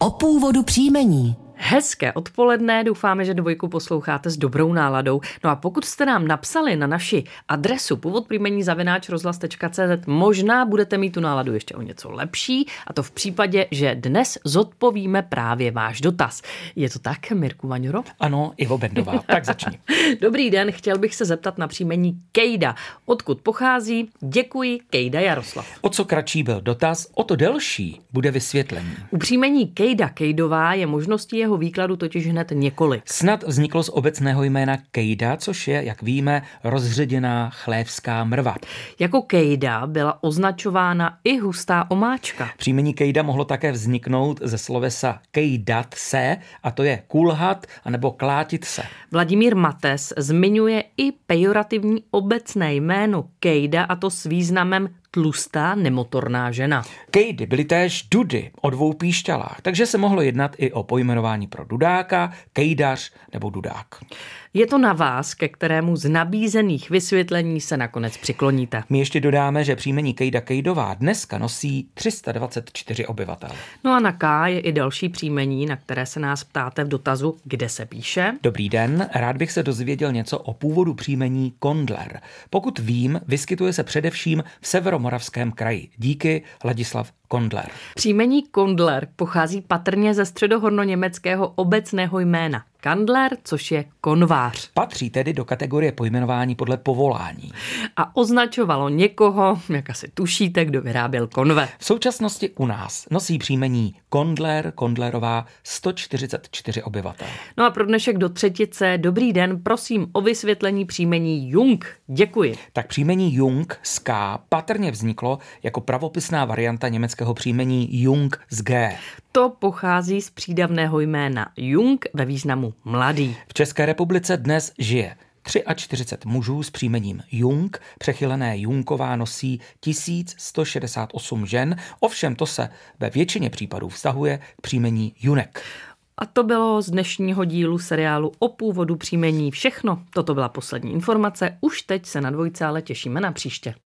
O původu příjmení. Hezké odpoledne, doufáme, že Dvojku posloucháte s dobrou náladou. No a pokud jste nám napsali na naši adresu původpříjmení@rozhlas.cz, možná budete mít tu náladu ještě o něco lepší, a to v případě, že dnes zodpovíme právě váš dotaz. Je to tak, Mirku Vaňuro? Ano, Ivo Bendová, tak začni. Dobrý den, chtěl bych se zeptat na příjmení Kejda. Odkud pochází? Děkuji, Kejda Jaroslav. O co kratší byl dotaz, o to delší bude vysvětlení. U příjmení Kejda Kejdová je možností jeho výkladu totiž hned několik. Snad vzniklo z obecného jména kejda, což je, jak víme, rozředěná chlévská mrva. Jako kejda byla označována i hustá omáčka. Příjmení kejda mohlo také vzniknout ze slovesa kejdat se, a to je kulhat anebo klátit se. Vladimír Mates zmiňuje i pejorativní obecné jméno kejda, a to s významem tlustá nemotorná žena. Kejdy byly též dudy o dvou píšťalách, takže se mohlo jednat i o pojmenování pro dudáka, kejdař nebo dudák. Je to na vás, ke kterému z nabízených vysvětlení se nakonec přikloníte. My ještě dodáme, že příjmení Kejda Kejdová dneska nosí 324 obyvatel. No a na K je i další příjmení, na které se nás ptáte v dotazu, kde se píše. Dobrý den, rád bych se dozvěděl něco o původu příjmení Kondler. Pokud vím, vyskytuje se především v Severomoravském kraji. Díky, Ladislav Kondler. Příjmení Kondler pochází patrně ze středohornoněmeckého obecného jména Kandler, což je konvář. Patří tedy do kategorie pojmenování podle povolání. A označovalo někoho, jak asi tušíte, kdo vyráběl konve. V současnosti u nás nosí příjmení Kondler, Kondlerová 144 obyvatel. No a pro dnešek do třetice, dobrý den, prosím o vysvětlení příjmení Jung. Děkuji. Tak příjmení Jung z K patrně vzniklo jako pravopisná varianta německého příjmení Jung z G. To pochází z přídavného jména Jung ve významu mladý. V České republice dnes žije 43 mužů s příjmením Jung, přechylené Junková nosí 1168 žen, ovšem to se ve většině případů vztahuje k příjmení Junek. A to bylo z dnešního dílu seriálu O původu příjmení všechno. Toto byla poslední informace, už teď se na Dvojce ale těšíme na příště.